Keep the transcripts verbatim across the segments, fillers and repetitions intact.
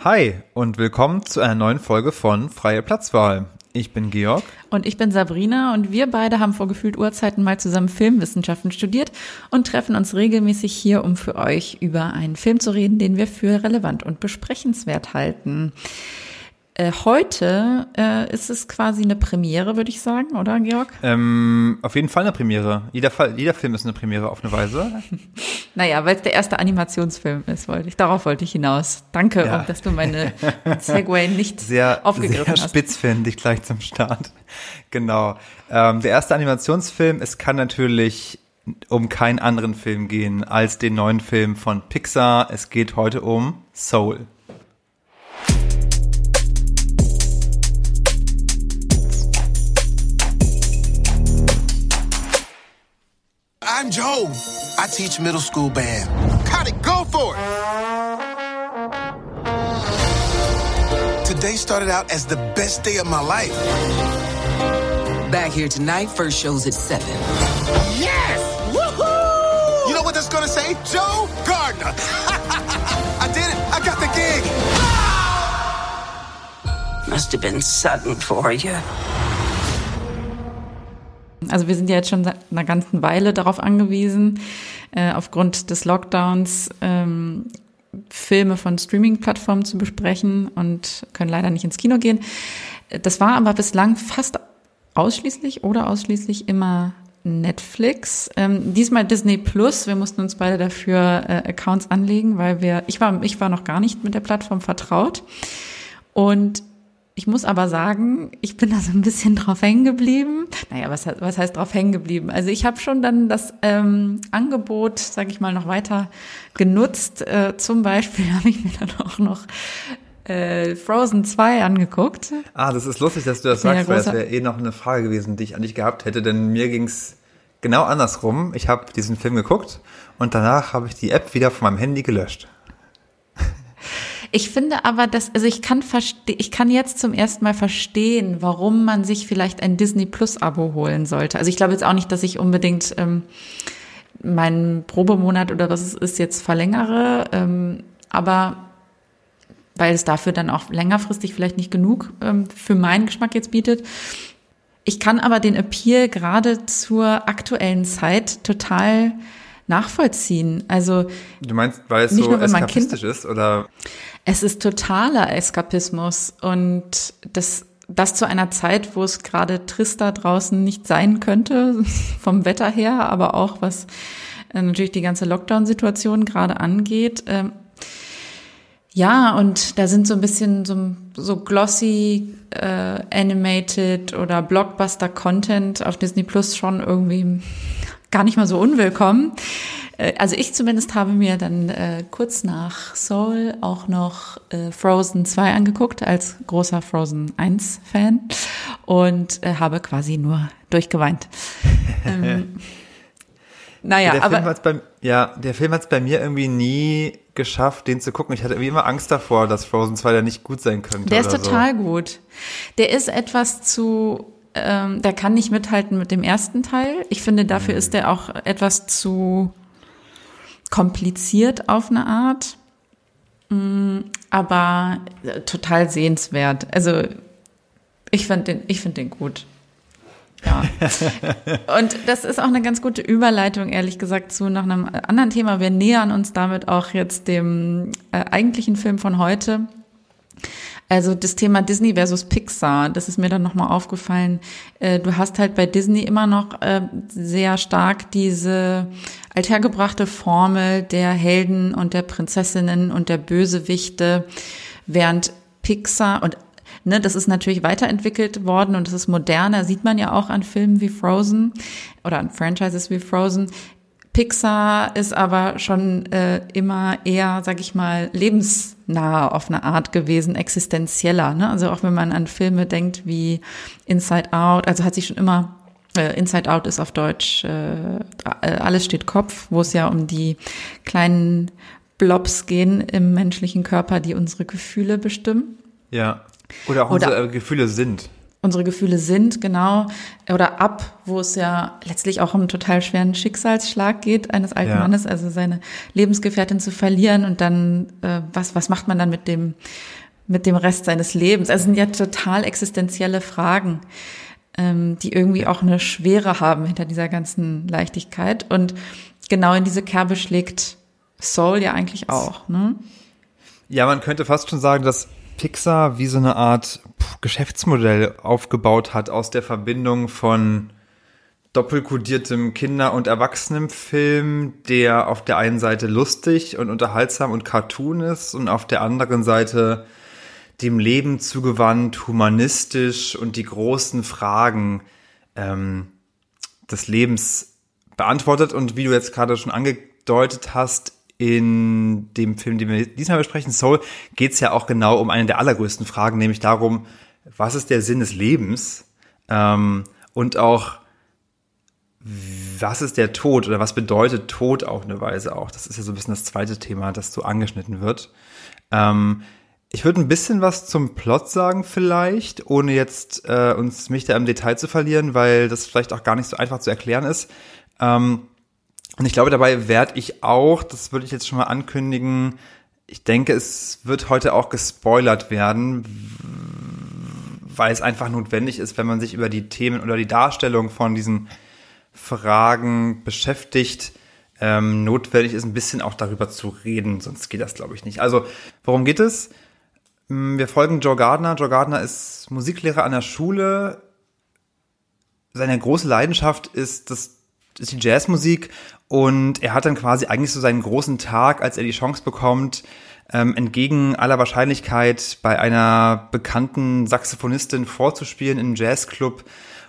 Hi und willkommen zu einer neuen Folge von Freie Platzwahl. Ich bin Georg. Und ich bin Sabrina und wir beide haben vor gefühlt Urzeiten mal zusammen Filmwissenschaften studiert und treffen uns regelmäßig hier, um für euch über einen Film zu reden, den wir für relevant und besprechenswert halten. Äh, heute äh, ist es quasi eine Premiere, würde ich sagen, oder Georg? Ähm, auf jeden Fall eine Premiere. Jeder, Fall, jeder Film ist eine Premiere auf eine Weise. Naja, weil es der erste Animationsfilm ist, wollte ich. Darauf wollte ich hinaus. Danke, Ja. auch, dass du meine Segway nicht Sehr, aufgegriffen sehr hast. spitzfindig gleich zum Start. Genau. Ähm, der erste Animationsfilm, es kann natürlich um keinen anderen Film gehen als den neuen Film von Pixar. Es geht heute um Soul. I'm Joe. I teach middle school band. Got it, go for it! Today started out as the best day of my life. Back here tonight, first show's at seven. Yes! Woohoo! You know what that's gonna say? Joe Gardner. I did it. I got the gig. Must have been sudden for you. Also wir sind ja jetzt schon seit einer ganzen Weile darauf angewiesen, äh, aufgrund des Lockdowns ähm, Filme von Streaming-Plattformen zu besprechen und können leider nicht ins Kino gehen. Das war aber bislang fast ausschließlich oder ausschließlich immer Netflix. Ähm, diesmal Disney Plus. Wir mussten uns beide dafür äh, Accounts anlegen, weil wir ich war ich war noch gar nicht mit der Plattform vertraut. Und ich muss aber sagen, ich bin da so ein bisschen drauf hängen geblieben. Naja, was, was heißt drauf hängen geblieben? Also ich habe schon dann das ähm, Angebot, sage ich mal, noch weiter genutzt. Äh, zum Beispiel habe ich mir dann auch noch äh, Frozen zwei angeguckt. Ah, das ist lustig, dass du das sagst, weil das wäre eh noch eine Frage gewesen, die ich an dich gehabt hätte, denn mir ging's genau andersrum. Ich habe diesen Film geguckt und danach habe ich die App wieder von meinem Handy gelöscht. Ich finde aber, dass, also ich kann verste- ich kann jetzt zum ersten Mal verstehen, warum man sich vielleicht ein Disney Plus Abo holen sollte. Also ich glaube jetzt auch nicht, dass ich unbedingt ähm, meinen Probemonat oder was es ist jetzt verlängere, ähm, aber weil es dafür dann auch längerfristig vielleicht nicht genug ähm, für meinen Geschmack jetzt bietet. Ich kann aber den Appeal gerade zur aktuellen Zeit total nachvollziehen. Also Du meinst, weil es nicht so nur, wenn man eskapistisch Kind- ist, oder? Es ist totaler Eskapismus und das, das zu einer Zeit, wo es gerade trister draußen nicht sein könnte, vom Wetter her, aber auch was äh, natürlich die ganze Lockdown-Situation gerade angeht. Ähm, ja, und da sind so ein bisschen so, so glossy, äh, animated oder Blockbuster-Content auf Disney Plus schon irgendwie gar nicht mal so unwillkommen. Also ich zumindest habe mir dann äh, kurz nach Soul auch noch äh, Frozen zwei angeguckt, als großer Frozen eins Fan und äh, habe quasi nur durchgeweint. ähm, naja, der aber Film hat's bei, ja, der Film hat es bei mir irgendwie nie geschafft, den zu gucken. Ich hatte irgendwie immer Angst davor, dass Frozen zwei da nicht gut sein könnte. der ist oder total so. gut. Der ist etwas zu, ähm, der kann nicht mithalten mit dem ersten Teil. Ich finde, dafür Mhm. ist der auch etwas zu kompliziert auf eine Art, aber total sehenswert. Also ich fand den, ich finde den gut. Ja. Und das ist auch eine ganz gute Überleitung, ehrlich gesagt, zu noch einem anderen Thema. Wir nähern uns damit auch jetzt dem äh, eigentlichen Film von heute. Also das Thema Disney versus Pixar, das ist mir dann nochmal aufgefallen. Äh, du hast halt bei Disney immer noch äh, sehr stark diese althergebrachte Formel der Helden und der Prinzessinnen und der Bösewichte, während Pixar, und ne, das ist natürlich weiterentwickelt worden und das ist moderner, sieht man ja auch an Filmen wie Frozen oder an Franchises wie Frozen. Pixar ist aber schon äh, immer eher, sag ich mal, lebensnah auf eine Art gewesen, existenzieller. Ne? Also auch wenn man an Filme denkt wie Inside Out, also hat sich schon immer, äh, Inside Out ist auf Deutsch, äh, alles steht Kopf, wo es ja um die kleinen Blobs gehen im menschlichen Körper, die unsere Gefühle bestimmen. Ja. Oder auch Oder- unsere äh, Gefühle sind. unsere Gefühle sind, genau, oder ab, wo es ja letztlich auch um einen total schweren Schicksalsschlag geht, eines alten Ja. Mannes, also seine Lebensgefährtin zu verlieren und dann, äh, was, was macht man dann mit dem, mit dem Rest seines Lebens? Also es sind ja total existenzielle Fragen, ähm, die irgendwie auch eine Schwere haben hinter dieser ganzen Leichtigkeit, und genau in diese Kerbe schlägt Soul ja eigentlich auch, ne? Ja, man könnte fast schon sagen, dass Pixar wie so eine Art pff, Geschäftsmodell aufgebaut hat aus der Verbindung von doppelkodiertem Kinder- und Erwachsenenfilm, der auf der einen Seite lustig und unterhaltsam und Cartoon ist und auf der anderen Seite dem Leben zugewandt, humanistisch und die großen Fragen ähm, des Lebens beantwortet. Und wie du jetzt gerade schon angedeutet hast, in dem Film, den wir diesmal besprechen, Soul, geht es ja auch genau um eine der allergrößten Fragen, nämlich darum, was ist der Sinn des Lebens, ähm, und auch, was ist der Tod oder was bedeutet Tod auf eine Weise auch. Das ist ja so ein bisschen das zweite Thema, das so angeschnitten wird. Ähm, ich würde ein bisschen was zum Plot sagen vielleicht, ohne jetzt äh, uns mich da im Detail zu verlieren, weil das vielleicht auch gar nicht so einfach zu erklären ist. Ähm, Und ich glaube, dabei werde ich auch, das würde ich jetzt schon mal ankündigen, ich denke, es wird heute auch gespoilert werden, weil es einfach notwendig ist, wenn man sich über die Themen oder die Darstellung von diesen Fragen beschäftigt, ähm, notwendig ist, ein bisschen auch darüber zu reden, sonst geht das, glaube ich, nicht. Also, worum geht es? Wir folgen Joe Gardner. Joe Gardner ist Musiklehrer an der Schule. Seine große Leidenschaft ist das ist die Jazzmusik, und er hat dann quasi eigentlich so seinen großen Tag, als er die Chance bekommt, ähm, entgegen aller Wahrscheinlichkeit bei einer bekannten Saxophonistin vorzuspielen in einem Jazzclub,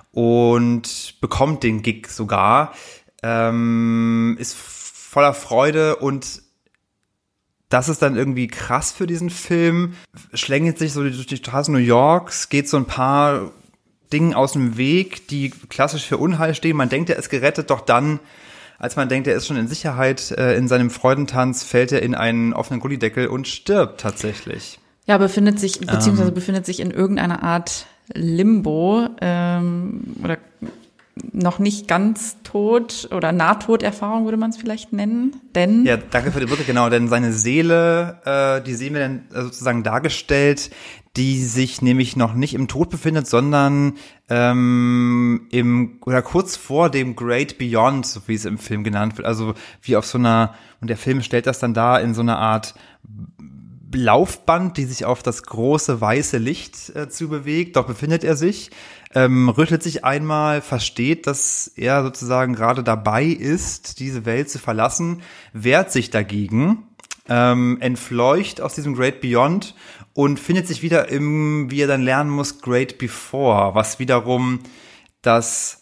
und bekommt den Gig sogar, ähm, ist voller Freude, und das ist dann irgendwie krass für diesen Film, schlängelt sich so durch die Straßen New Yorks, geht so ein paar Dingen aus dem Weg, die klassisch für Unheil stehen. Man denkt, er ist gerettet, doch dann, als man denkt, er ist schon in Sicherheit, äh, in seinem Freudentanz, fällt er in einen offenen Gullideckel und stirbt tatsächlich. Ja, befindet sich, beziehungsweise ähm. befindet sich in irgendeiner Art Limbo, ähm, oder noch nicht ganz tot oder Nahtoderfahrung würde man es vielleicht nennen, denn... Ja, danke für die Brücke, genau, denn seine Seele, äh, die sehen wir dann sozusagen dargestellt, die sich nämlich noch nicht im Tod befindet, sondern ähm, im oder kurz vor dem Great Beyond, so wie es im Film genannt wird, also wie auf so einer, und der Film stellt das dann dar in so einer Art Laufband, die sich auf das große weiße Licht äh, zu bewegt. Dort befindet er sich, ähm, rüttelt sich einmal, versteht, dass er sozusagen gerade dabei ist, diese Welt zu verlassen, wehrt sich dagegen, ähm, entfleucht aus diesem Great Beyond und findet sich wieder im, wie er dann lernen muss, Great Before, was wiederum das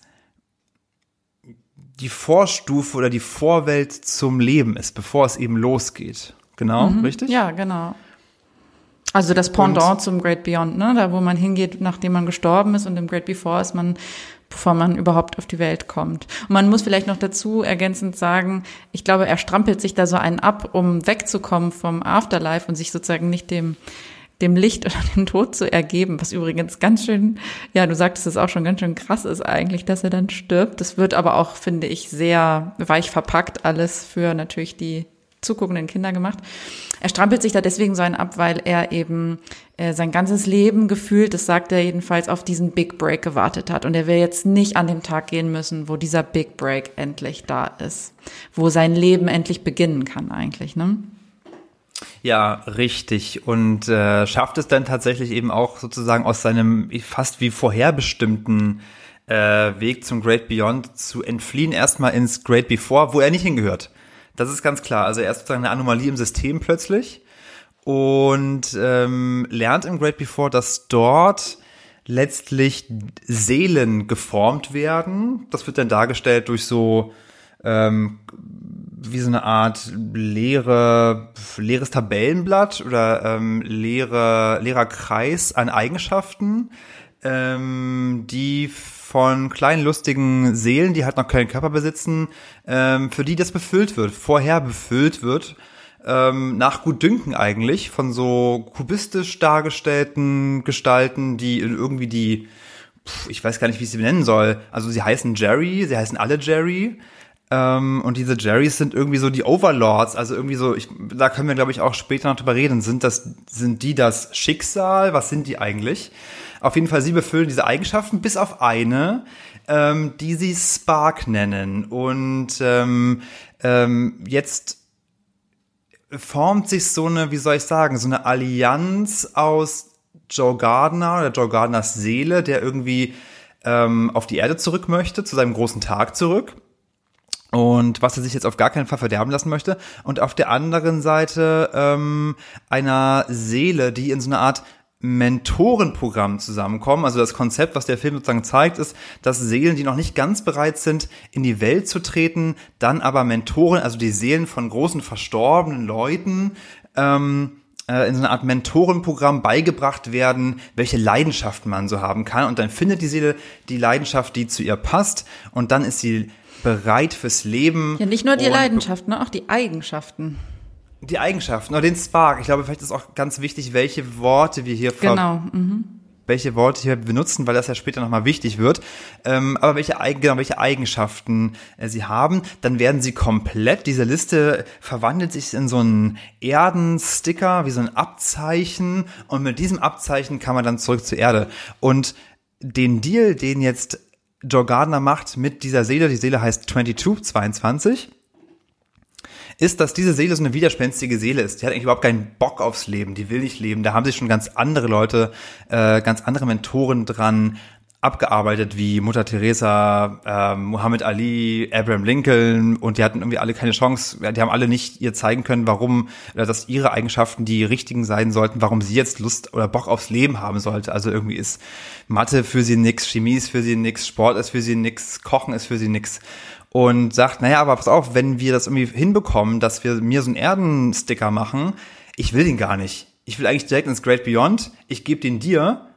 die Vorstufe oder die Vorwelt zum Leben ist, bevor es eben losgeht. Genau, mhm. Richtig? Ja, genau. Also das Pendant und zum Great Beyond, ne? Da, wo man hingeht, nachdem man gestorben ist, und im Great Before ist man, bevor man überhaupt auf die Welt kommt. Und man muss vielleicht noch dazu ergänzend sagen, ich glaube, er strampelt sich da so einen ab, um wegzukommen vom Afterlife und sich sozusagen nicht dem dem Licht oder dem Tod zu ergeben, was übrigens ganz schön, ja, du sagtest es auch schon, ganz schön krass ist eigentlich, dass er dann stirbt. Das wird aber auch, finde ich, sehr weich verpackt, alles für natürlich die zuguckenden Kinder gemacht. Er strampelt sich da deswegen so einen ab, weil er eben äh, sein ganzes Leben gefühlt, das sagt er jedenfalls, auf diesen Big Break gewartet hat. Und er will jetzt nicht an dem Tag gehen müssen, wo dieser Big Break endlich da ist, wo sein Leben endlich beginnen kann eigentlich, ne? Ja, richtig. Und äh, schafft es dann tatsächlich eben auch sozusagen aus seinem fast wie vorherbestimmten äh, Weg zum Great Beyond zu entfliehen, erstmal ins Great Before, wo er nicht hingehört. Das ist ganz klar. Also er ist sozusagen eine Anomalie im System plötzlich und ähm, lernt im Great Before, dass dort letztlich Seelen geformt werden. Das wird dann dargestellt durch so ähm, wie so eine Art leere, leeres Tabellenblatt oder ähm, leere, leerer Kreis an Eigenschaften, ähm, die von kleinen, lustigen Seelen, die halt noch keinen Körper besitzen, ähm, für die das befüllt wird, vorher befüllt wird, ähm, nach Gutdünken eigentlich, von so kubistisch dargestellten Gestalten, die in irgendwie die pff, ich weiß gar nicht, wie ich sie benennen soll. Also sie heißen Jerry, sie heißen alle Jerry. Ähm, und diese Jerrys sind irgendwie so die Overlords, also irgendwie so, ich, da können wir, glaube ich, auch später noch drüber reden. Sind das, sind die das Schicksal? Was sind die eigentlich? Auf jeden Fall, sie befüllen diese Eigenschaften, bis auf eine, ähm, die sie Spark nennen. Und ähm, ähm, jetzt formt sich so eine, wie soll ich sagen, so eine Allianz aus Joe Gardner oder Joe Gardners Seele, der irgendwie ähm, auf die Erde zurück möchte, zu seinem großen Tag zurück. Und was er sich jetzt auf gar keinen Fall verderben lassen möchte. Und auf der anderen Seite ähm, einer Seele, die in so einer Art Mentorenprogramm zusammenkommen. Also das Konzept, was der Film sozusagen zeigt, ist, dass Seelen, die noch nicht ganz bereit sind, in die Welt zu treten, dann aber Mentoren, also die Seelen von großen verstorbenen Leuten, ähm, äh, in so einer Art Mentorenprogramm beigebracht werden, welche Leidenschaften man so haben kann. Und dann findet die Seele die Leidenschaft, die zu ihr passt. Und dann ist sie bereit fürs Leben. Ja, nicht nur die Leidenschaften, ne? Auch die Eigenschaften. Die Eigenschaften, oder den Spark. Ich glaube, vielleicht ist auch ganz wichtig, welche Worte wir hier genau. Mhm. welche Worte hier benutzen, weil das ja später nochmal wichtig wird. Ähm, aber welche, genau, welche Eigenschaften äh, sie haben, dann werden sie komplett, diese Liste verwandelt sich in so einen Erdensticker, wie so ein Abzeichen. Und mit diesem Abzeichen kann man dann zurück zur Erde. Und den Deal, den jetzt Joe Gardner macht mit dieser Seele, die Seele heißt zweiundzwanzig, zweiundzwanzig, ist, dass diese Seele so eine widerspenstige Seele ist. Die hat eigentlich überhaupt keinen Bock aufs Leben, die will nicht leben. Da haben sich schon ganz andere Leute, äh, ganz andere Mentoren dran abgearbeitet, wie Mutter Teresa, äh, Muhammad Ali, Abraham Lincoln, und die hatten irgendwie alle keine Chance. Die haben alle nicht ihr zeigen können, warum, oder dass ihre Eigenschaften die richtigen sein sollten, warum sie jetzt Lust oder Bock aufs Leben haben sollte. Also irgendwie ist Mathe für sie nix, Chemie ist für sie nix, Sport ist für sie nix, Kochen ist für sie nix. Und sagt, naja, aber pass auf, wenn wir das irgendwie hinbekommen, dass wir mir so einen Erdensticker machen, ich will den gar nicht. Ich will eigentlich direkt ins Great Beyond, ich gebe den dir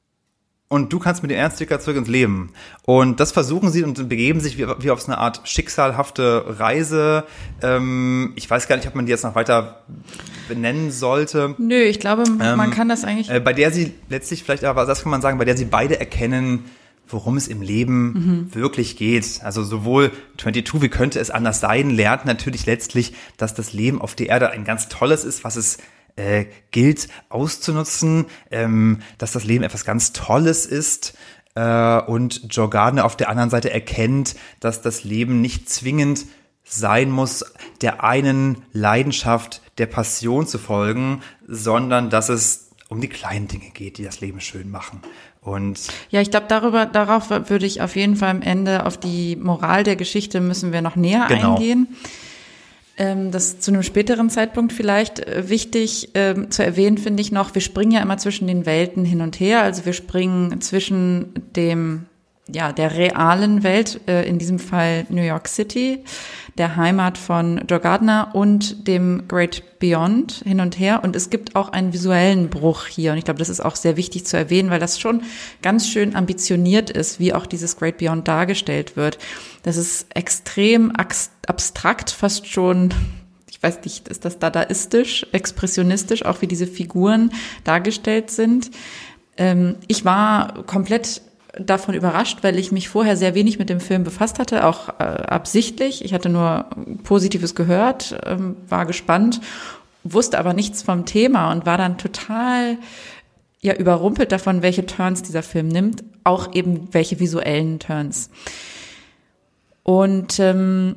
und du kannst mit dem Erdensticker zurück ins Leben. Und das versuchen sie und begeben sich wie, wie auf so eine Art schicksalhafte Reise. Ähm, ich weiß gar nicht, ob man die jetzt noch weiter benennen sollte. Nö, ich glaube, man ähm, kann das eigentlich... Äh, bei der sie letztlich vielleicht, aber das kann man sagen, bei der sie beide erkennen, worum es im Leben mhm. wirklich geht. Also sowohl zweiundzwanzig, wie könnte es anders sein, lernt natürlich letztlich, dass das Leben auf der Erde ein ganz tolles ist, was es äh, gilt auszunutzen, ähm, dass das Leben etwas ganz Tolles ist. Äh, und Joe Gardner auf der anderen Seite erkennt, dass das Leben nicht zwingend sein muss, der einen Leidenschaft, der Passion zu folgen, sondern dass es um die kleinen Dinge geht, die das Leben schön machen. Und ja, ich glaube, darüber, darauf würde ich auf jeden Fall am Ende, auf die Moral der Geschichte müssen wir noch näher genau. eingehen. Ähm, das ist zu einem späteren Zeitpunkt vielleicht äh, wichtig ähm, zu erwähnen, finde ich noch, wir springen ja immer zwischen den Welten hin und her. Also wir springen zwischen dem, ja, der realen Welt, äh, in diesem Fall New York City, der Heimat von Joe Gardner, und dem Great Beyond hin und her. Und es gibt auch einen visuellen Bruch hier. Und ich glaube, das ist auch sehr wichtig zu erwähnen, weil das schon ganz schön ambitioniert ist, wie auch dieses Great Beyond dargestellt wird. Das ist extrem abstrakt, fast schon, ich weiß nicht, ist das dadaistisch, expressionistisch, auch wie diese Figuren dargestellt sind. Ähm, ich war komplett davon überrascht, weil ich mich vorher sehr wenig mit dem Film befasst hatte, auch äh, absichtlich. Ich hatte nur Positives gehört, ähm, war gespannt, wusste aber nichts vom Thema und war dann total ja überrumpelt davon, welche Turns dieser Film nimmt, auch eben welche visuellen Turns. Und ähm,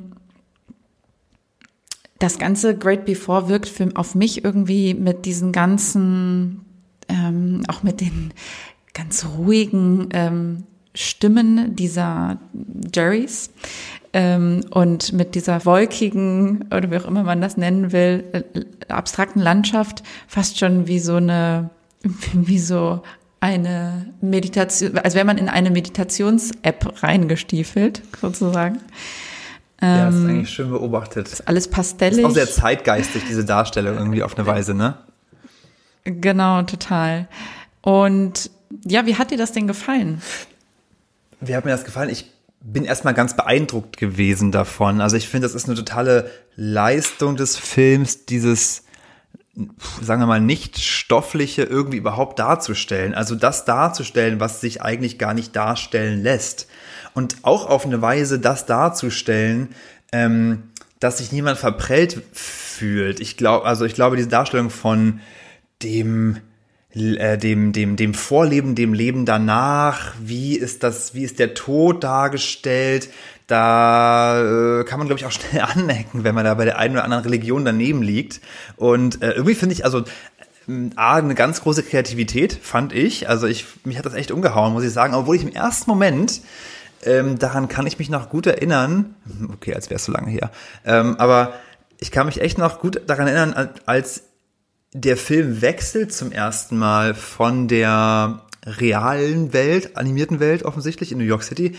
das ganze Great Before wirkt für, auf mich irgendwie mit diesen ganzen, ähm, auch mit den ganz ruhigen ähm, Stimmen dieser Jerrys ähm, und mit dieser wolkigen, oder wie auch immer man das nennen will, äh, abstrakten Landschaft, fast schon wie so eine, wie so eine Meditation, als wäre man in eine Meditations-App reingestiefelt, sozusagen. Ja, das ist eigentlich schön beobachtet. Ist alles pastellig. Ist auch sehr zeitgeistig, diese Darstellung irgendwie auf eine Weise, ne? Genau, total. Und ja, wie hat dir das denn gefallen? Wie hat mir das gefallen? Ich bin erstmal ganz beeindruckt gewesen davon. Also ich finde, das ist eine totale Leistung des Films, dieses sagen wir mal, nicht stoffliche irgendwie überhaupt darzustellen. Also das darzustellen, was sich eigentlich gar nicht darstellen lässt. Und auch auf eine Weise das darzustellen, ähm, dass sich niemand verprellt fühlt. Ich glaube, also ich glaube, diese Darstellung von dem, äh, dem, dem, dem Vorleben, dem Leben danach, wie ist das, wie ist der Tod dargestellt, da äh, kann man, glaube ich, auch schnell anecken, wenn man da bei der einen oder anderen Religion daneben liegt. Und äh, irgendwie finde ich, also äh, A, eine ganz große Kreativität, fand ich. Also ich, mich hat das echt umgehauen, muss ich sagen. Obwohl ich im ersten Moment, ähm, daran kann ich mich noch gut erinnern, okay, als wäre es so lange her, ähm, aber ich kann mich echt noch gut daran erinnern, als der Film wechselt zum ersten Mal von der realen Welt, animierten Welt offensichtlich in New York City,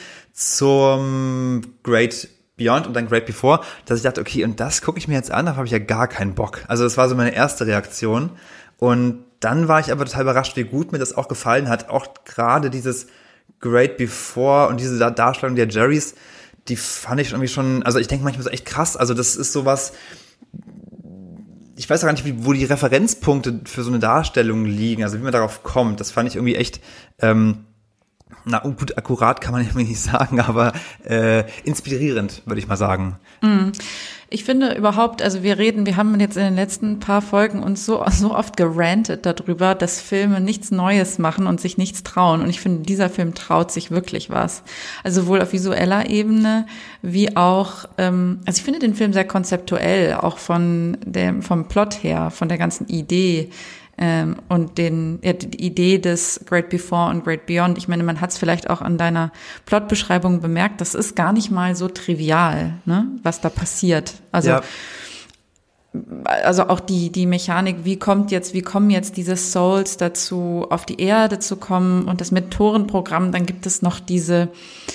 zum Great Beyond und dann Great Before, dass ich dachte, okay, und das gucke ich mir jetzt an, da habe ich ja gar keinen Bock. Also das war so meine erste Reaktion. Und dann war ich aber total überrascht, wie gut mir das auch gefallen hat. Auch gerade dieses Great Before und diese Darstellung der Jerrys, die fand ich irgendwie schon, also ich denke manchmal so echt krass. Also das ist sowas, ich weiß auch gar nicht, wie, wo die Referenzpunkte für so eine Darstellung liegen, also wie man darauf kommt. Das fand ich irgendwie echt, ähm, na gut, akkurat kann man irgendwie nicht sagen, aber äh, inspirierend, würde ich mal sagen. Mm. Ich finde überhaupt, also wir reden, wir haben jetzt in den letzten paar Folgen uns so, so oft gerantet darüber, dass Filme nichts Neues machen und sich nichts trauen. Und ich finde, dieser Film traut sich wirklich was. Also sowohl auf visueller Ebene wie auch, ähm, also ich finde den Film sehr konzeptuell, auch von dem, vom Plot her, von der ganzen Idee. Ähm, und den, ja, die Idee des Great Before und Great Beyond. Ich meine, man hat es vielleicht auch an deiner Plotbeschreibung bemerkt, das ist gar nicht mal so trivial, ne, was da passiert. Also, ja. also auch die, die Mechanik, wie kommt jetzt, wie kommen jetzt diese Souls dazu, auf die Erde zu kommen und das Mentorenprogramm, dann gibt es noch diese,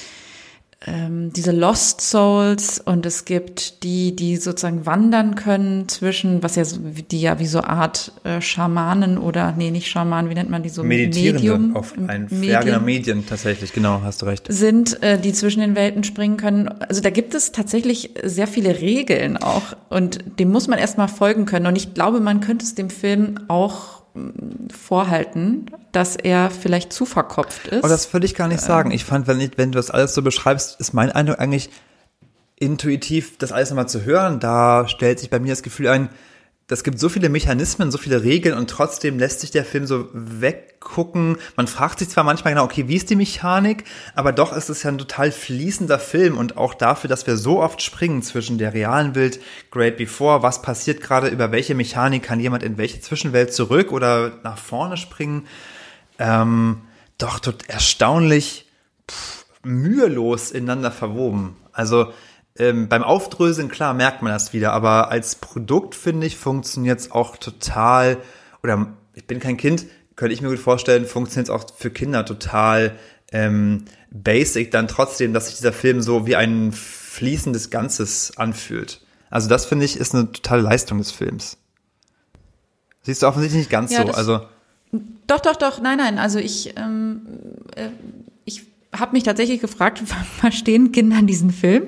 ähm, diese Lost Souls und es gibt die, die sozusagen wandern können zwischen, was ja so, die ja wie so Art äh, Schamanen oder, nee, nicht Schamanen, wie nennt man die so? Meditierende Medium, auf ein ja, genau, Medien tatsächlich, genau, hast du recht. Sind, äh, die zwischen den Welten springen können. Also da gibt es tatsächlich sehr viele Regeln auch und dem muss man erstmal folgen können und ich glaube, man könnte es dem Film auch vorhalten, dass er vielleicht zu verkopft ist. Oh, das würde ich gar nicht ähm, sagen. Ich fand, wenn, ich, wenn du das alles so beschreibst, ist mein Eindruck eigentlich intuitiv, das alles nochmal zu hören. Da stellt sich bei mir das Gefühl ein, es gibt so viele Mechanismen, so viele Regeln und trotzdem lässt sich der Film so weggucken. Man fragt sich zwar manchmal genau, okay, wie ist die Mechanik? Aber doch ist es ja ein total fließender Film und auch dafür, dass wir so oft springen zwischen der realen Welt, Great Before, was passiert gerade, über welche Mechanik kann jemand in welche Zwischenwelt zurück oder nach vorne springen, ähm, doch tot erstaunlich pff, mühelos ineinander verwoben. Also Ähm, beim Aufdröseln, klar, merkt man das wieder, aber als Produkt, finde ich, funktioniert es auch total, oder ich bin kein Kind, könnte ich mir gut vorstellen, funktioniert es auch für Kinder total ähm, basic, dann trotzdem, dass sich dieser Film so wie ein fließendes Ganzes anfühlt. Also das, finde ich, ist eine totale Leistung des Films. Siehst du offensichtlich nicht ganz ja, so, also Doch, doch, doch, nein, nein, also ich, ähm, äh, ich habe mich tatsächlich gefragt, verstehen Kinder diesen Film?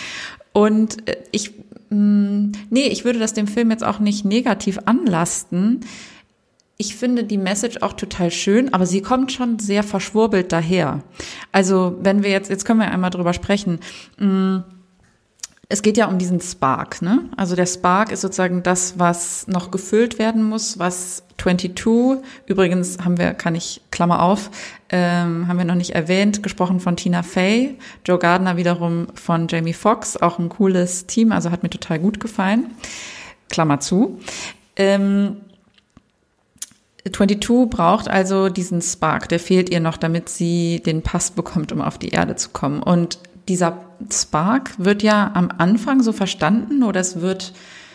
Und ich, mh, nee, ich würde das dem Film jetzt auch nicht negativ anlasten. Ich finde die Message auch total schön, aber sie kommt schon sehr verschwurbelt daher. Also wenn wir jetzt, jetzt können wir einmal drüber sprechen. Mh, Es geht ja um diesen Spark, ne? Also der Spark ist sozusagen das, was noch gefüllt werden muss, was zweiundzwanzig, übrigens haben wir, kann ich, Klammer auf, ähm, haben wir noch nicht erwähnt, gesprochen von Tina Fey, Joe Gardner wiederum von Jamie Foxx, auch ein cooles Team, also hat mir total gut gefallen, Klammer zu. Ähm, zweiundzwanzig braucht also diesen Spark, der fehlt ihr noch, damit sie den Pass bekommt, um auf die Erde zu kommen. Und dieser Spark wird ja am Anfang so verstanden oder es wird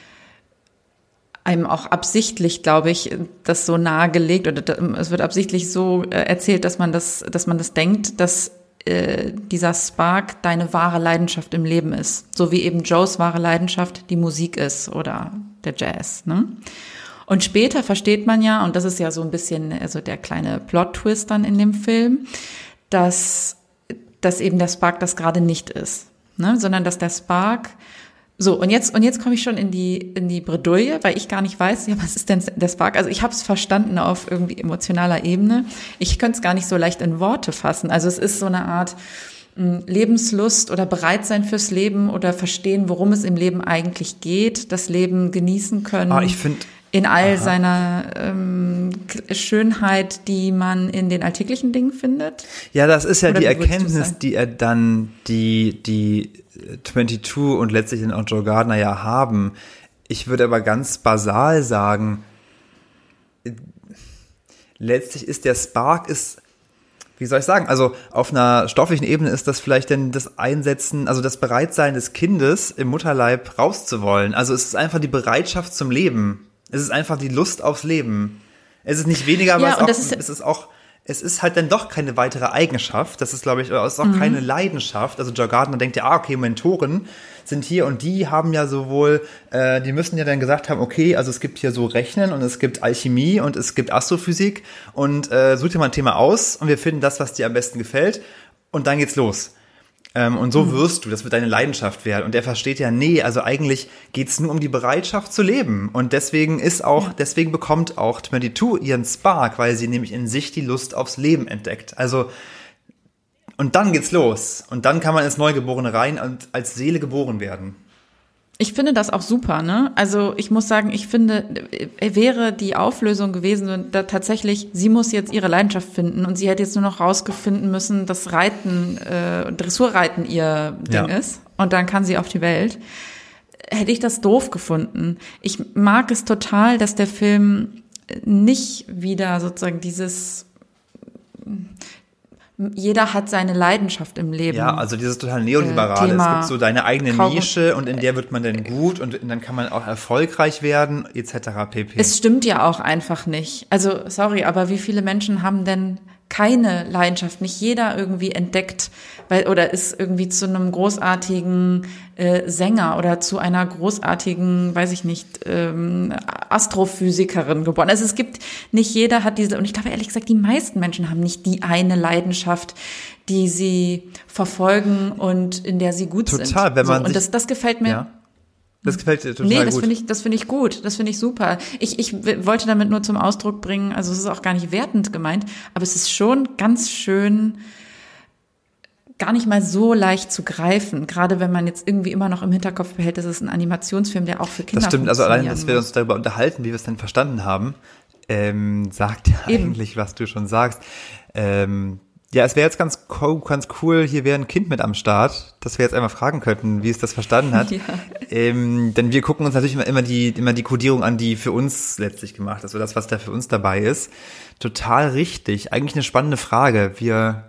einem auch absichtlich, glaube ich, das so nahegelegt oder es wird absichtlich so erzählt, dass man das, dass man das denkt, dass äh, dieser Spark deine wahre Leidenschaft im Leben ist. So wie eben Joes wahre Leidenschaft die Musik ist oder der Jazz, ne? Und später versteht man ja, und das ist ja so ein bisschen also der kleine Plot-Twist dann in dem Film, dass dass eben der Spark das gerade nicht ist, ne? Sondern dass der Spark So, und jetzt und jetzt komme ich schon in die in die Bredouille, weil ich gar nicht weiß, ja, was ist denn der Spark? Also ich habe es verstanden auf irgendwie emotionaler Ebene. Ich könnte es gar nicht so leicht in Worte fassen. Also es ist so eine Art mh, Lebenslust oder Bereitsein fürs Leben oder verstehen, worum es im Leben eigentlich geht, das Leben genießen können. Ah, ich finde in all aha. seiner ähm, Schönheit, die man in den alltäglichen Dingen findet. Ja, das ist ja Oder die wie würdest du Erkenntnis, sagen? die er dann, die, die zweiundzwanzig und letztlich dann auch Joe Gardner ja haben. Ich würde aber ganz basal sagen, letztlich ist der Spark ist, wie soll ich sagen, also auf einer stofflichen Ebene ist das vielleicht denn das Einsetzen, also das Bereitsein des Kindes im Mutterleib rauszuwollen. Also es ist einfach die Bereitschaft zum Leben. Es ist einfach die Lust aufs Leben. Es ist nicht weniger, aber Ja, es, und auch, das ist- es ist auch, es ist halt dann doch keine weitere Eigenschaft. Das ist, glaube ich, es ist auch Mhm. keine Leidenschaft. Also Joe Gardner denkt ja, ah, okay, Mentoren sind hier und die haben ja sowohl, äh, die müssen ja dann gesagt haben, okay, also es gibt hier so Rechnen und es gibt Alchemie und es gibt Astrophysik und äh, such dir mal ein Thema aus und wir finden das, was dir am besten gefällt und dann geht's los. Ähm, und so wirst du, das wird deine Leidenschaft werden. Und er versteht ja, nee, also eigentlich geht's nur um die Bereitschaft zu leben. Und deswegen ist auch, Ja. deswegen bekommt auch zweiundzwanzig ihren Spark, weil sie nämlich in sich die Lust aufs Leben entdeckt. Also, und dann geht's los. Und dann kann man ins Neugeborene rein und als Seele geboren werden. Ich finde das auch super, ne? Also ich muss sagen, ich finde, äh, wäre die Auflösung gewesen, und da tatsächlich, sie muss jetzt ihre Leidenschaft finden und sie hätte jetzt nur noch rausgefunden müssen, dass Reiten, äh, Dressurreiten ihr Ding Ja. ist und dann kann sie auf die Welt. Hätte ich das doof gefunden. Ich mag es total, dass der Film nicht wieder sozusagen dieses, jeder hat seine Leidenschaft im Leben. Ja, also dieses total Neoliberale. Äh, Thema es gibt so deine eigene Kaugum- Nische und in der wird man dann gut und dann kann man auch erfolgreich werden, et cetera pp. Es stimmt ja auch einfach nicht. Also, sorry, aber wie viele Menschen haben denn keine Leidenschaft? Nicht jeder irgendwie entdeckt, weil, oder ist irgendwie zu einem großartigen äh, Sänger oder zu einer großartigen, weiß ich nicht, ähm, Astrophysikerin geboren. Also es gibt, nicht jeder hat diese, und ich glaube ehrlich gesagt, die meisten Menschen haben nicht die eine Leidenschaft, die sie verfolgen und in der sie gut sind. Total, wenn man so, und sich- das, das gefällt mir. Ja. Das gefällt dir total Nee, das gut. finde ich, das finde ich gut. Das finde ich super. Ich, ich w- wollte damit nur zum Ausdruck bringen, also es ist auch gar nicht wertend gemeint, aber es ist schon ganz schön, gar nicht mal so leicht zu greifen. Gerade wenn man jetzt irgendwie immer noch im Hinterkopf behält, das ist ein Animationsfilm, der auch für Kinder Das stimmt, also allein, funktionieren dass wir muss. uns darüber unterhalten, wie wir es denn verstanden haben, ähm, sagt ja Eben. eigentlich, was du schon sagst. Ähm, ja, es wäre jetzt ganz, co- ganz cool, hier wäre ein Kind mit am Start, dass wir jetzt einmal fragen könnten, wie es das verstanden hat. Ja. Ähm, denn wir gucken uns natürlich immer, immer die immer die Kodierung an, die für uns letztlich gemacht ist, also das, was da für uns dabei ist. Total richtig. Eigentlich eine spannende Frage. Wir,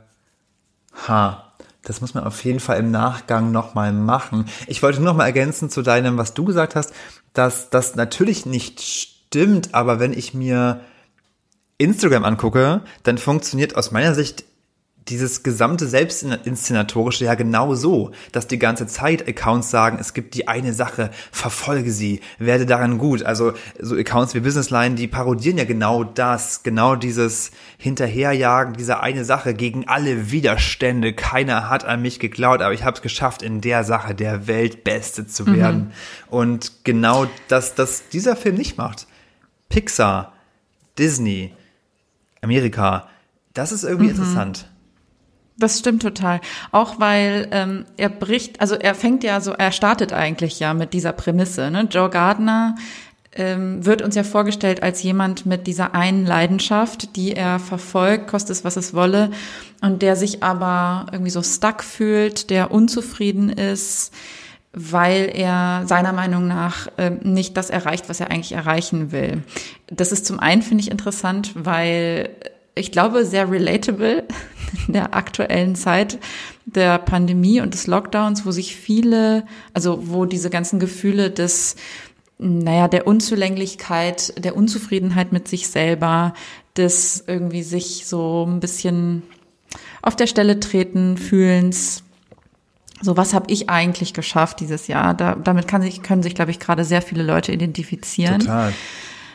ha, das muss man auf jeden Fall im Nachgang nochmal machen. Ich wollte nur noch mal ergänzen zu deinem, was du gesagt hast, dass das natürlich nicht stimmt, aber wenn ich mir Instagram angucke, dann funktioniert aus meiner Sicht dieses gesamte Selbstinszenatorische ja genau so, dass die ganze Zeit Accounts sagen, es gibt die eine Sache, verfolge sie, werde daran gut. Also so Accounts wie Businessline, die parodieren ja genau das, genau dieses Hinterherjagen dieser eine Sache gegen alle Widerstände. Keiner hat an mich geglaubt, aber ich habe es geschafft, in der Sache der Weltbeste zu werden. Mhm. Und genau das, das dieser Film nicht macht. Pixar, Disney, Amerika, das ist irgendwie mhm. interessant. Das stimmt total. Auch weil ähm, er bricht, also er fängt ja so, er startet eigentlich ja mit dieser Prämisse. Ne? Joe Gardner ähm, wird uns ja vorgestellt als jemand mit dieser einen Leidenschaft, die er verfolgt, koste es, was es wolle, und der sich aber irgendwie so stuck fühlt, der unzufrieden ist, weil er seiner Meinung nach äh, nicht das erreicht, was er eigentlich erreichen will. Das ist zum einen, finde ich, interessant, weil ich glaube, sehr relatable in der aktuellen Zeit der Pandemie und des Lockdowns, wo sich viele, also wo diese ganzen Gefühle des, naja, der Unzulänglichkeit, der Unzufriedenheit mit sich selber, des irgendwie sich so ein bisschen auf der Stelle treten, fühlens, so, was habe ich eigentlich geschafft dieses Jahr? Da, damit kann sich, können sich, glaube ich, gerade sehr viele Leute identifizieren. Total.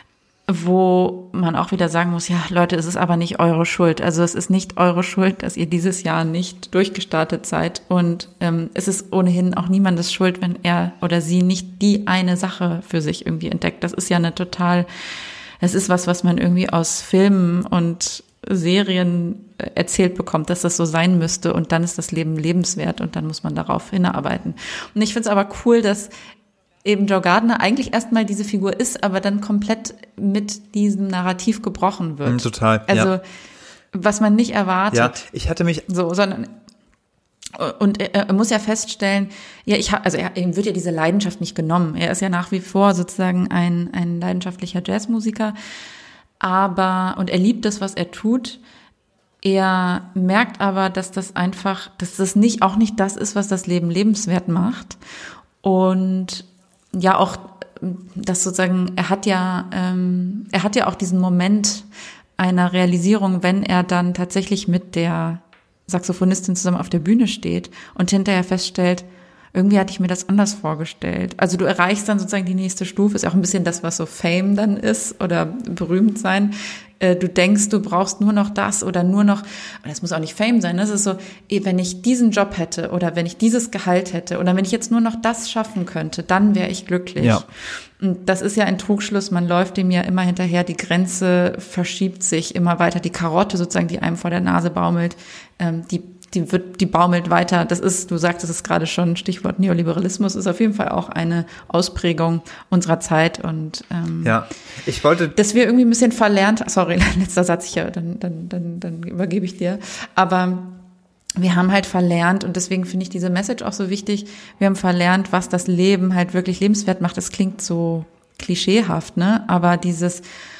wo man auch wieder sagen muss, ja Leute, es ist aber nicht eure Schuld. Also es ist nicht eure Schuld, dass ihr dieses Jahr nicht durchgestartet seid. Und ähm, es ist ohnehin auch niemandes Schuld, wenn er oder sie nicht die eine Sache für sich irgendwie entdeckt. Das ist ja eine total, es ist was, was man irgendwie aus Filmen und Serien erzählt bekommt, dass das so sein müsste. Und dann ist das Leben lebenswert und dann muss man darauf hinarbeiten. Und ich finde es aber cool, dass eben Joe Gardner eigentlich erstmal diese Figur ist, aber dann komplett mit diesem Narrativ gebrochen wird. Mm, total, Also, ja. was man nicht erwartet. Ja, ich hatte mich... So, sondern... Und er, er muss ja feststellen, ja, ich habe, also er, ihm wird ja diese Leidenschaft nicht genommen. Er ist ja nach wie vor sozusagen ein, ein leidenschaftlicher Jazzmusiker. Aber, und er liebt das, was er tut. Er merkt aber, dass das einfach, dass das nicht, auch nicht das ist, was das Leben lebenswert macht. Und ja, auch, das sozusagen, er hat ja, ähm, er hat ja auch diesen Moment einer Realisierung, wenn er dann tatsächlich mit der Saxophonistin zusammen auf der Bühne steht und hinterher feststellt, irgendwie hatte ich mir das anders vorgestellt. Also du erreichst dann sozusagen die nächste Stufe, ist auch ein bisschen das, was so Fame dann ist oder berühmt sein. Du denkst, du brauchst nur noch das oder nur noch, das muss auch nicht Fame sein, das ist so, wenn ich diesen Job hätte oder wenn ich dieses Gehalt hätte oder wenn ich jetzt nur noch das schaffen könnte, dann wäre ich glücklich. Ja. Und das ist ja ein Trugschluss, man läuft dem ja immer hinterher, die Grenze verschiebt sich immer weiter, die Karotte sozusagen, die einem vor der Nase baumelt, die Die wird, die baumelt weiter. Das ist, du sagtest es gerade schon, Stichwort Neoliberalismus, ist auf jeden Fall auch eine Ausprägung unserer Zeit und ähm, ja, ich wollte, dass wir irgendwie ein bisschen verlernt. Sorry, letzter Satz, ich, dann, dann, dann, dann übergebe ich dir. Aber wir haben halt verlernt und deswegen finde ich diese Message auch so wichtig. Wir haben verlernt, was das Leben halt wirklich lebenswert macht. Das klingt so klischeehaft, ne? Aber dieses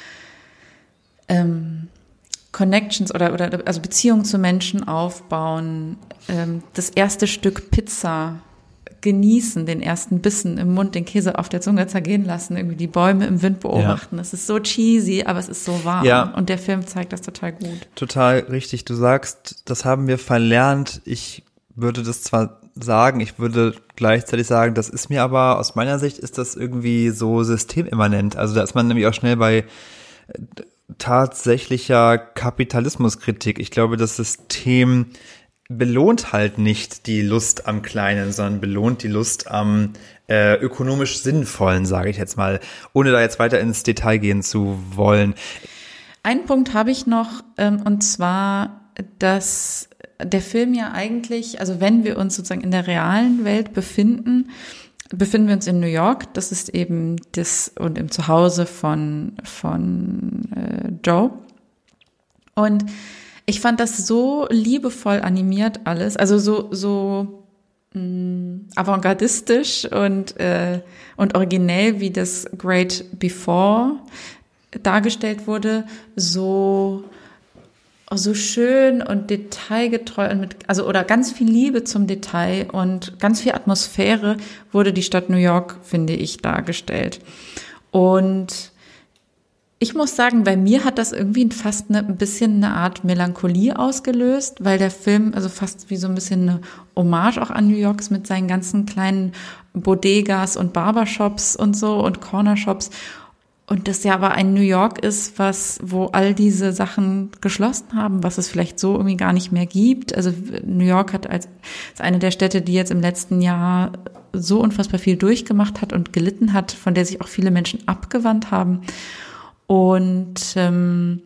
ähm, Connections oder, oder also Beziehungen zu Menschen aufbauen, ähm, das erste Stück Pizza genießen, den ersten Bissen im Mund, den Käse auf der Zunge zergehen lassen, irgendwie die Bäume im Wind beobachten. Ja. Das ist so cheesy, aber es ist so wahr. Ja. Und der Film zeigt das total gut. Total richtig. Du sagst, das haben wir verlernt. Ich würde das zwar sagen, ich würde gleichzeitig sagen, das ist mir aber, aus meiner Sicht ist das irgendwie so systemimmanent. Also da ist man nämlich auch schnell bei tatsächlicher Kapitalismuskritik. Ich glaube, das System belohnt halt nicht die Lust am Kleinen, sondern belohnt die Lust am äh, ökonomisch Sinnvollen, sage ich jetzt mal, ohne da jetzt weiter ins Detail gehen zu wollen. Einen Punkt habe ich noch, ähm, und zwar, dass der Film ja eigentlich, also wenn wir uns sozusagen in der realen Welt befinden, befinden wir uns in New York, das ist eben das und im Zuhause von von äh, Joe. Und ich fand das so liebevoll animiert alles, also so so mh, avantgardistisch und äh, und originell, wie das Great Before dargestellt wurde, so so schön und detailgetreu und mit, also oder ganz viel Liebe zum Detail und ganz viel Atmosphäre wurde die Stadt New York, finde ich, dargestellt. Und ich muss sagen, bei mir hat das irgendwie fast eine, ein bisschen eine Art Melancholie ausgelöst, weil der Film also fast wie so ein bisschen eine Hommage auch an New York ist mit seinen ganzen kleinen Bodegas und Barbershops und so und Cornershops. Und das ja aber ein New York ist, was, wo all diese Sachen geschlossen haben, was es vielleicht so irgendwie gar nicht mehr gibt. Also New York hat als, als eine der Städte, die jetzt im letzten Jahr so unfassbar viel durchgemacht hat und gelitten hat, von der sich auch viele Menschen abgewandt haben. Und ähm,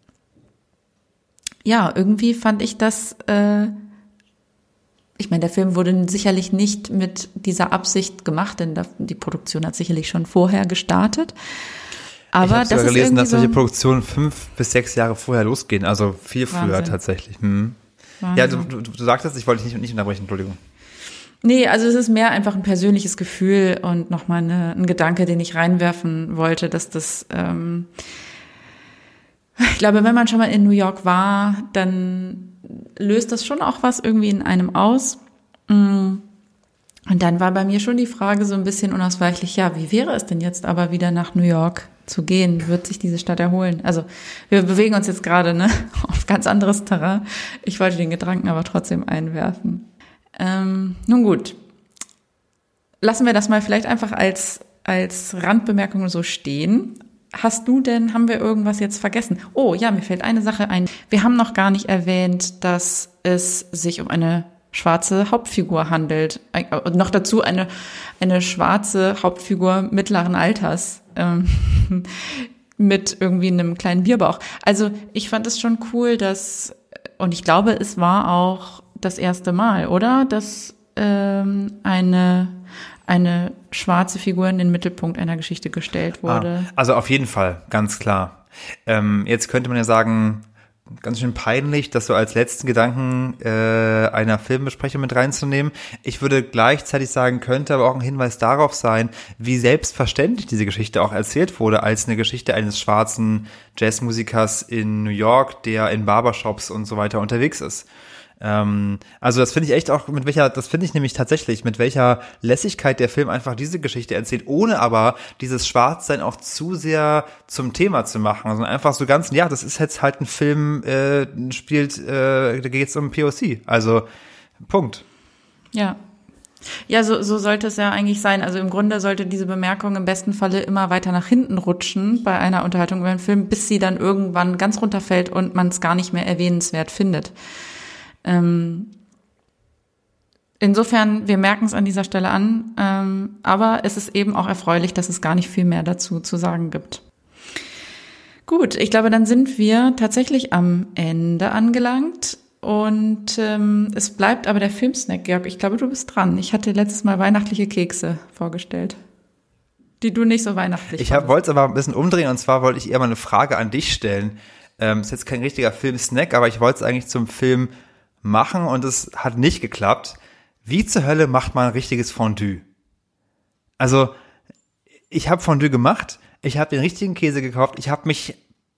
ja, irgendwie fand ich das, äh, ich meine, der Film wurde sicherlich nicht mit dieser Absicht gemacht, denn die Produktion hat sicherlich schon vorher gestartet. Aber ich habe sogar das gelesen, dass solche so Produktionen fünf bis sechs Jahre vorher losgehen, also viel früher Wahnsinn. Tatsächlich. Hm. Ja, du, du, du sagtest, ich wollte dich nicht, nicht unterbrechen, Entschuldigung. Nee, also es ist mehr einfach ein persönliches Gefühl und nochmal eine, ein Gedanke, den ich reinwerfen wollte, dass das, ähm, ich glaube, wenn man schon mal in New York war, dann löst das schon auch was irgendwie in einem aus. Und dann war bei mir schon die Frage so ein bisschen unausweichlich, ja, wie wäre es denn jetzt aber wieder nach New York zu gehen? Wird sich diese Stadt erholen? Also wir bewegen uns jetzt gerade ne, auf ganz anderes Terrain. Ich wollte den Gedanken aber trotzdem einwerfen. Ähm, nun gut, lassen wir das mal vielleicht einfach als, als Randbemerkung so stehen. hast du denn, haben wir irgendwas jetzt vergessen? Oh ja, mir fällt eine Sache ein. Wir haben noch gar nicht erwähnt, dass es sich um eine schwarze Hauptfigur handelt. Und noch dazu eine, eine schwarze Hauptfigur mittleren Alters. Ähm, mit irgendwie einem kleinen Bierbauch. Also ich fand es schon cool, dass, und ich glaube, es war auch das erste Mal, oder? Dass ähm, eine, eine schwarze Figur in den Mittelpunkt einer Geschichte gestellt wurde. Ah, also auf jeden Fall, ganz klar. Ähm, jetzt könnte man ja sagen, ganz schön peinlich, das so als letzten Gedanken äh, einer Filmbesprechung mit reinzunehmen. Ich würde gleichzeitig sagen, könnte aber auch ein Hinweis darauf sein, wie selbstverständlich diese Geschichte auch erzählt wurde, als eine Geschichte eines schwarzen Jazzmusikers in New York, der in Barbershops und so weiter unterwegs ist. Ähm, also das finde ich echt auch, mit welcher, das finde ich nämlich tatsächlich, mit welcher Lässigkeit der Film einfach diese Geschichte erzählt, ohne aber dieses Schwarzsein auch zu sehr zum Thema zu machen, sondern einfach so ganz, ja, das ist jetzt halt ein Film, äh, spielt, äh, da geht es um P O C, also Punkt. Ja. Ja, so, so sollte es ja eigentlich sein. Also im Grunde sollte diese Bemerkung im besten Falle immer weiter nach hinten rutschen bei einer Unterhaltung über einen Film, bis sie dann irgendwann ganz runterfällt und man es gar nicht mehr erwähnenswert findet. Ähm, insofern, wir merken es an dieser Stelle an, ähm, aber es ist eben auch erfreulich, dass es gar nicht viel mehr dazu zu sagen gibt. Gut, ich glaube, dann sind wir tatsächlich am Ende angelangt und ähm, es bleibt aber der Filmsnack. Georg, ich glaube, du bist dran. Ich hatte letztes Mal weihnachtliche Kekse vorgestellt, die du nicht so weihnachtlich Ich wollte es aber ein bisschen umdrehen, und zwar wollte ich eher mal eine Frage an dich stellen. Ähm, ist jetzt kein richtiger Filmsnack, aber ich wollte es eigentlich zum Film machen und es hat nicht geklappt. Wie zur Hölle macht man ein richtiges Fondue? Also, ich habe Fondue gemacht, ich habe den richtigen Käse gekauft, ich habe mich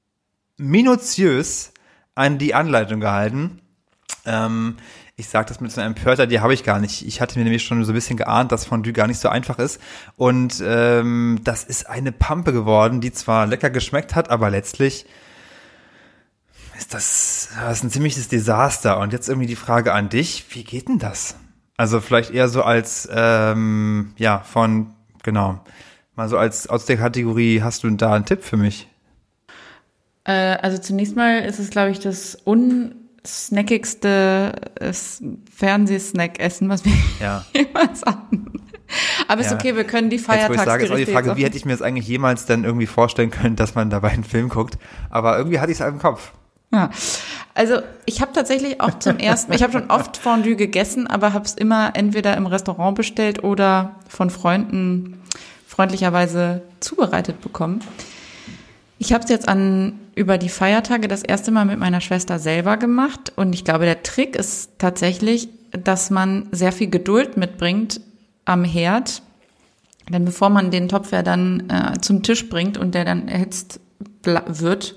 minutiös an die Anleitung gehalten. Ähm, ich sage das mit so einem Empörter, die habe ich gar nicht. Ich hatte mir nämlich schon so ein bisschen geahnt, dass Fondue gar nicht so einfach ist. Und ähm, das ist eine Pampe geworden, die zwar lecker geschmeckt hat, aber letztlich ist das, das ist ein ziemliches Desaster. Und jetzt irgendwie die Frage an dich, wie geht denn das? Also vielleicht eher so als, ähm, ja, von, genau, mal so als aus der Kategorie, hast du da einen Tipp für mich? Äh, also zunächst mal ist es, glaube ich, das unsnackigste Fernsehsnack-Essen, was wir ja. jemals hatten. Aber ist ja. okay, wir können die Feiertagsgerichte. Jetzt, wo ich sage, ist auch die Frage, wie hätte ich mir das eigentlich jemals denn irgendwie vorstellen können, dass man dabei einen Film guckt? Aber irgendwie hatte ich es halt im Kopf. Ja, also ich habe tatsächlich auch zum ersten, ich habe schon oft Fondue gegessen, aber habe es immer entweder im Restaurant bestellt oder von Freunden freundlicherweise zubereitet bekommen. Ich habe es jetzt an über die Feiertage das erste Mal mit meiner Schwester selber gemacht und ich glaube, der Trick ist tatsächlich, dass man sehr viel Geduld mitbringt am Herd, denn bevor man den Topf ja dann äh, zum Tisch bringt und der dann erhitzt wird,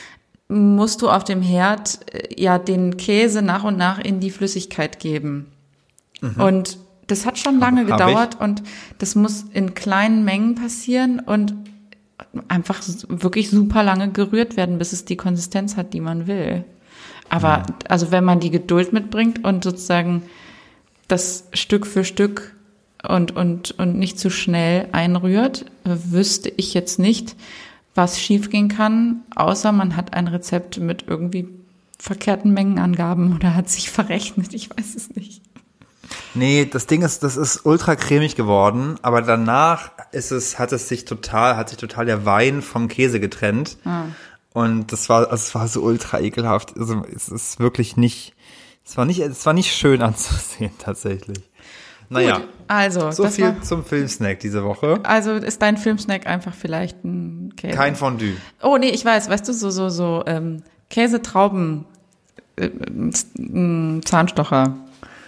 musst du auf dem Herd ja den Käse nach und nach in die Flüssigkeit geben. Mhm. Und das hat schon lange Hab gedauert ich. Und das muss in kleinen Mengen passieren und einfach wirklich super lange gerührt werden, bis es die Konsistenz hat, die man will. Aber mhm. also wenn man die Geduld mitbringt und sozusagen das Stück für Stück und, und, und nicht zu schnell einrührt, wüsste ich jetzt nicht, was schiefgehen kann, außer man hat ein Rezept mit irgendwie verkehrten Mengenangaben oder hat sich verrechnet, ich weiß es nicht. Nee, das Ding ist, das ist ultra cremig geworden, aber danach ist es, hat es sich total, hat sich total der Wein vom Käse getrennt. Ah. Und das war, also es war so ultra ekelhaft. Also es ist wirklich nicht, es war nicht, es war nicht schön anzusehen, tatsächlich. Naja, Gut, also, so viel war, zum Filmsnack diese Woche. Also ist dein Filmsnack einfach vielleicht ein Käse? Kein Fondue. Oh nee, ich weiß, weißt du, so so so ähm, Käsetrauben äh, Zahnstocher.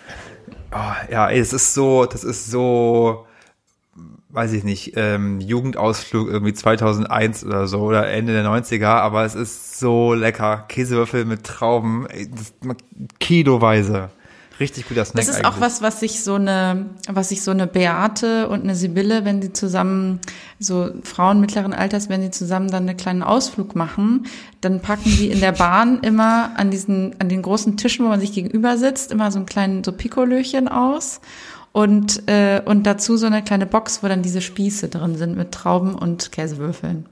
Oh, ja, es ist so, das ist so, weiß ich nicht, ähm, Jugendausflug irgendwie zweitausendeins oder so oder Ende der neunziger, aber es ist so lecker. Käsewürfel mit Trauben, das, kiloweise. Richtig guter Snack. Das ist eigentlich auch was, was sich so eine, was sich so eine Beate und eine Sibylle, wenn sie zusammen, so Frauen mittleren Alters, wenn sie zusammen dann einen kleinen Ausflug machen, dann packen die in der Bahn immer an diesen, an den großen Tischen, wo man sich gegenüber sitzt, immer so einen kleinen, so Pikolöchen aus und äh, und dazu so eine kleine Box, wo dann diese Spieße drin sind mit Trauben und Käsewürfeln.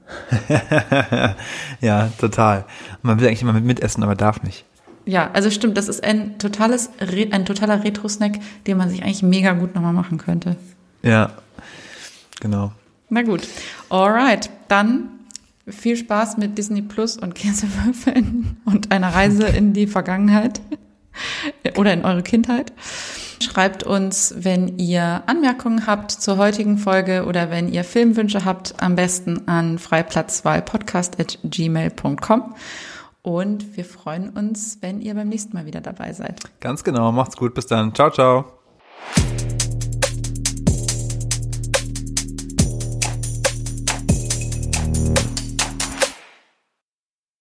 Ja, total. Man will eigentlich immer mit mitessen, aber darf nicht. Ja, also stimmt, das ist ein totales, ein totaler Retro-Snack, den man sich eigentlich mega gut nochmal machen könnte. Ja, genau. Na gut, alright, dann viel Spaß mit Disney Plus und Käsewürfeln und einer Reise in die Vergangenheit oder in eure Kindheit. Schreibt uns, wenn ihr Anmerkungen habt zur heutigen Folge oder wenn ihr Filmwünsche habt, am besten an freiplatzwahlpodcast at gmail punkt com. Und wir freuen uns, wenn ihr beim nächsten Mal wieder dabei seid. Ganz genau, macht's gut, bis dann. Ciao, ciao.